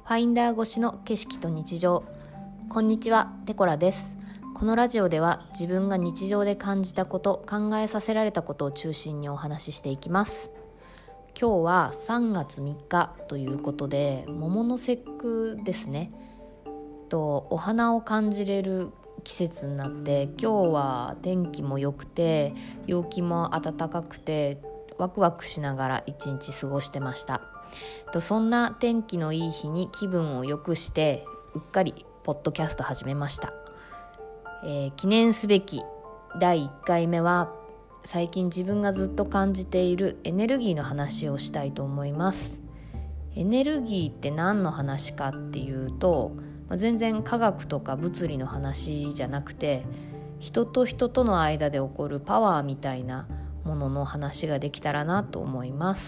ファインダー越しの景色と日常。こんにちは、テコラです。このラジオでは自分が日常で感じたこと、考えさせられたことを中心にお話ししていきます。今日は3月3日ということで、桃の節句ですね。お花を感じれる季節になって、今日は天気も良くて陽気も暖かくてワクワクしながら一日過ごしてました。そんな天気のいい日に気分を良くしてうっかりポッドキャスト始めました。記念すべき第1回目は最近自分がずっと感じているエネルギーの話をしたいと思います。エネルギーって何の話かっていうと、全然科学とか物理の話じゃなくて、人と人との間で起こるパワーみたいなものの話ができたらなと思います。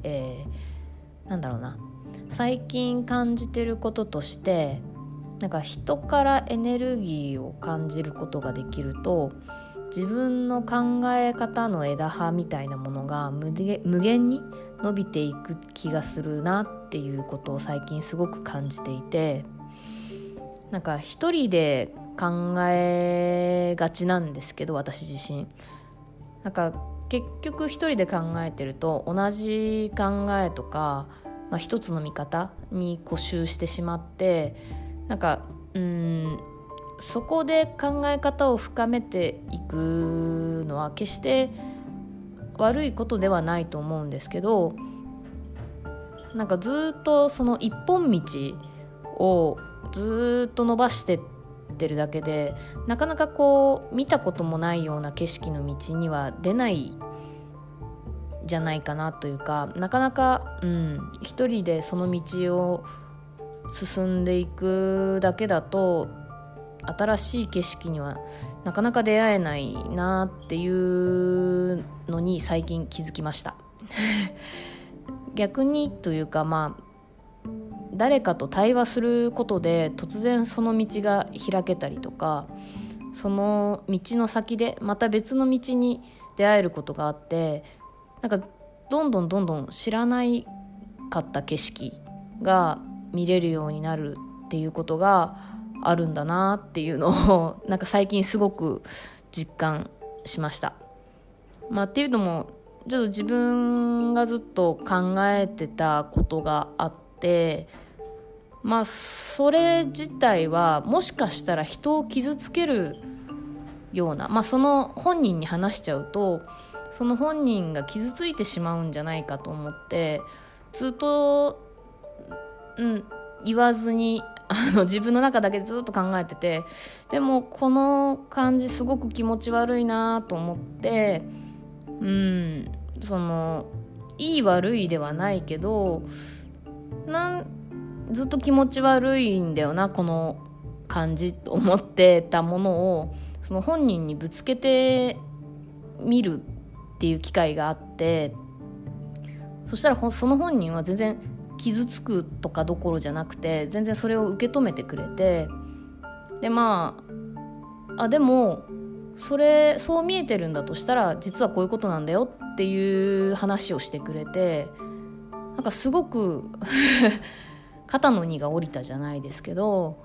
最近感じてることとして、人からエネルギーを感じることができると、自分の考え方の枝葉みたいなものが無限に伸びていく気がするなっていうことを最近すごく感じていて、一人で考えがちなんですけど、私自身結局一人で考えてると同じ考えとか、一つの見方に固執してしまって、そこで考え方を深めていくのは決して悪いことではないと思うんですけど、ずっとその一本道をずっと伸ばしてってるだけで、なかなか見たこともないような景色の道には出ないじゃないかなというか、なかなか、一人でその道を進んでいくだけだと新しい景色にはなかなか出会えないなっていうのに最近気づきました逆にというか、誰かと対話することで突然その道が開けたりとか、その道の先でまた別の道に出会えることがあって、どんどん知らないかった景色が見れるようになるっていうことがあるんだなっていうのを最近すごく実感しました。っていうのもちょっと自分がずっと考えてたことがあって、それ自体はもしかしたら人を傷つけるような、その本人に話しちゃうとその本人が傷ついてしまうんじゃないかと思って、ずっと言わずに自分の中だけでずっと考えてて、でもこの感じすごく気持ち悪いなと思って、いい悪いではないけど、ずっと気持ち悪いんだよなこの感じと思ってたものを、その本人にぶつけてみるっていう機会があって、そしたらその本人は全然傷つくとかどころじゃなくて、全然それを受け止めてくれて、ででもそう見えてるんだとしたら実はこういうことなんだよっていう話をしてくれて、すごく肩の荷が下りたじゃないですけど、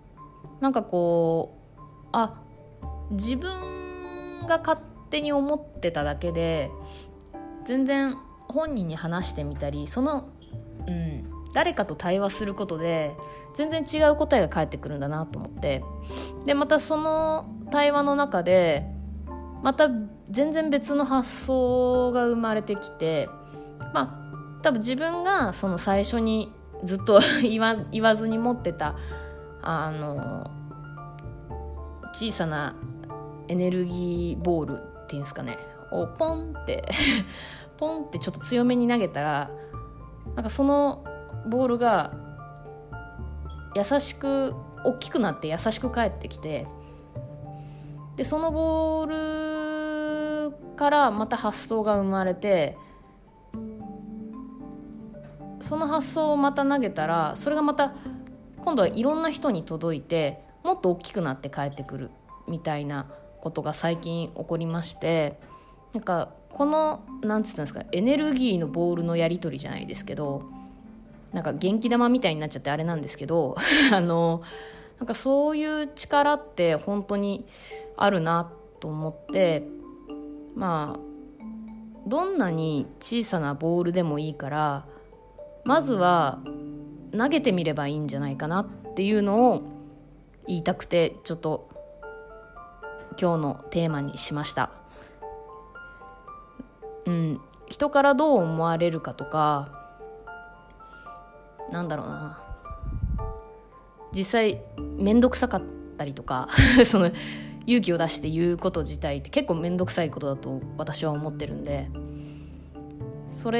自分が勝手に思ってただけで、全然本人に話してみたり、誰かと対話することで全然違う答えが返ってくるんだなと思って、でまたその対話の中でまた全然別の発想が生まれてきて、多分自分がその最初にずっと言わずに持ってた小さなエネルギーボールっていうんですかねをポンってちょっと強めに投げたら、そのボールが優しく大きくなって優しく返ってきて、でそのボールからまた発想が生まれて、その発想をまた投げたら、それがまた今度はいろんな人に届いて、もっと大きくなって返ってくるみたいなことが最近起こりまして、このなんて言うんですか、エネルギーのボールのやり取りじゃないですけど、 なんか元気玉みたいになっちゃってあれなんですけどなんかそういう力って本当にあるなと思って、まあどんなに小さなボールでもいいからまずは投げてみればいいんじゃないかなっていうのを言いたくて、ちょっと今日のテーマにしました。人からどう思われるかとか、なんだろうな、実際めんどくさかったりとかその勇気を出して言うこと自体って結構めんどくさいことだと私は思ってるんで、そう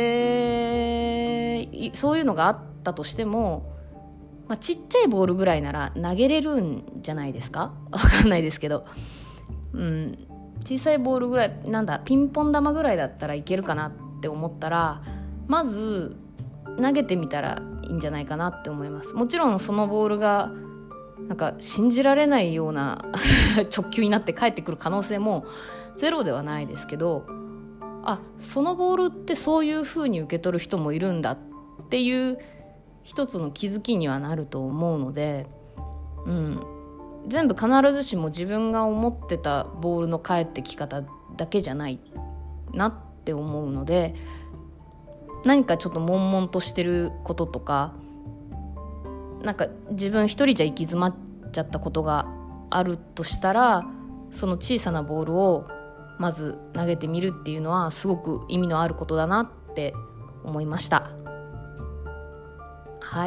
いうのがあったとしても、ちっちゃいボールぐらいなら投げれるんじゃないですか。わかんないですけど、小さいボールぐらい、ピンポン玉ぐらいだったらいけるかなって思ったら、まず投げてみたらいいんじゃないかなって思います。もちろんそのボールがなんか信じられないような直球になって帰ってくる可能性もゼロではないですけど、そのボールってそういう風に受け取る人もいるんだっていう一つの気づきにはなると思うので、全部必ずしも自分が思ってたボールの返ってき方だけじゃないなって思うので、何かちょっと悶々としてることとか、なんか自分一人じゃ行き詰まっちゃったことがあるとしたら、その小さなボールをまず投げてみるっていうのはすごく意味のあることだなって思いました。はい、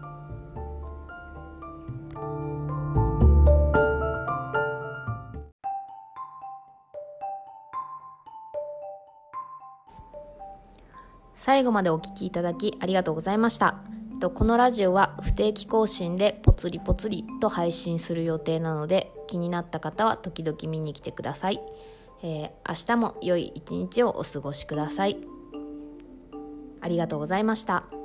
最後までお聞きいただきありがとうございました。このラジオは不定期更新でポツリポツリと配信する予定なので、気になった方は時々見に来てください。明日も良い一日をお過ごしください。ありがとうございました。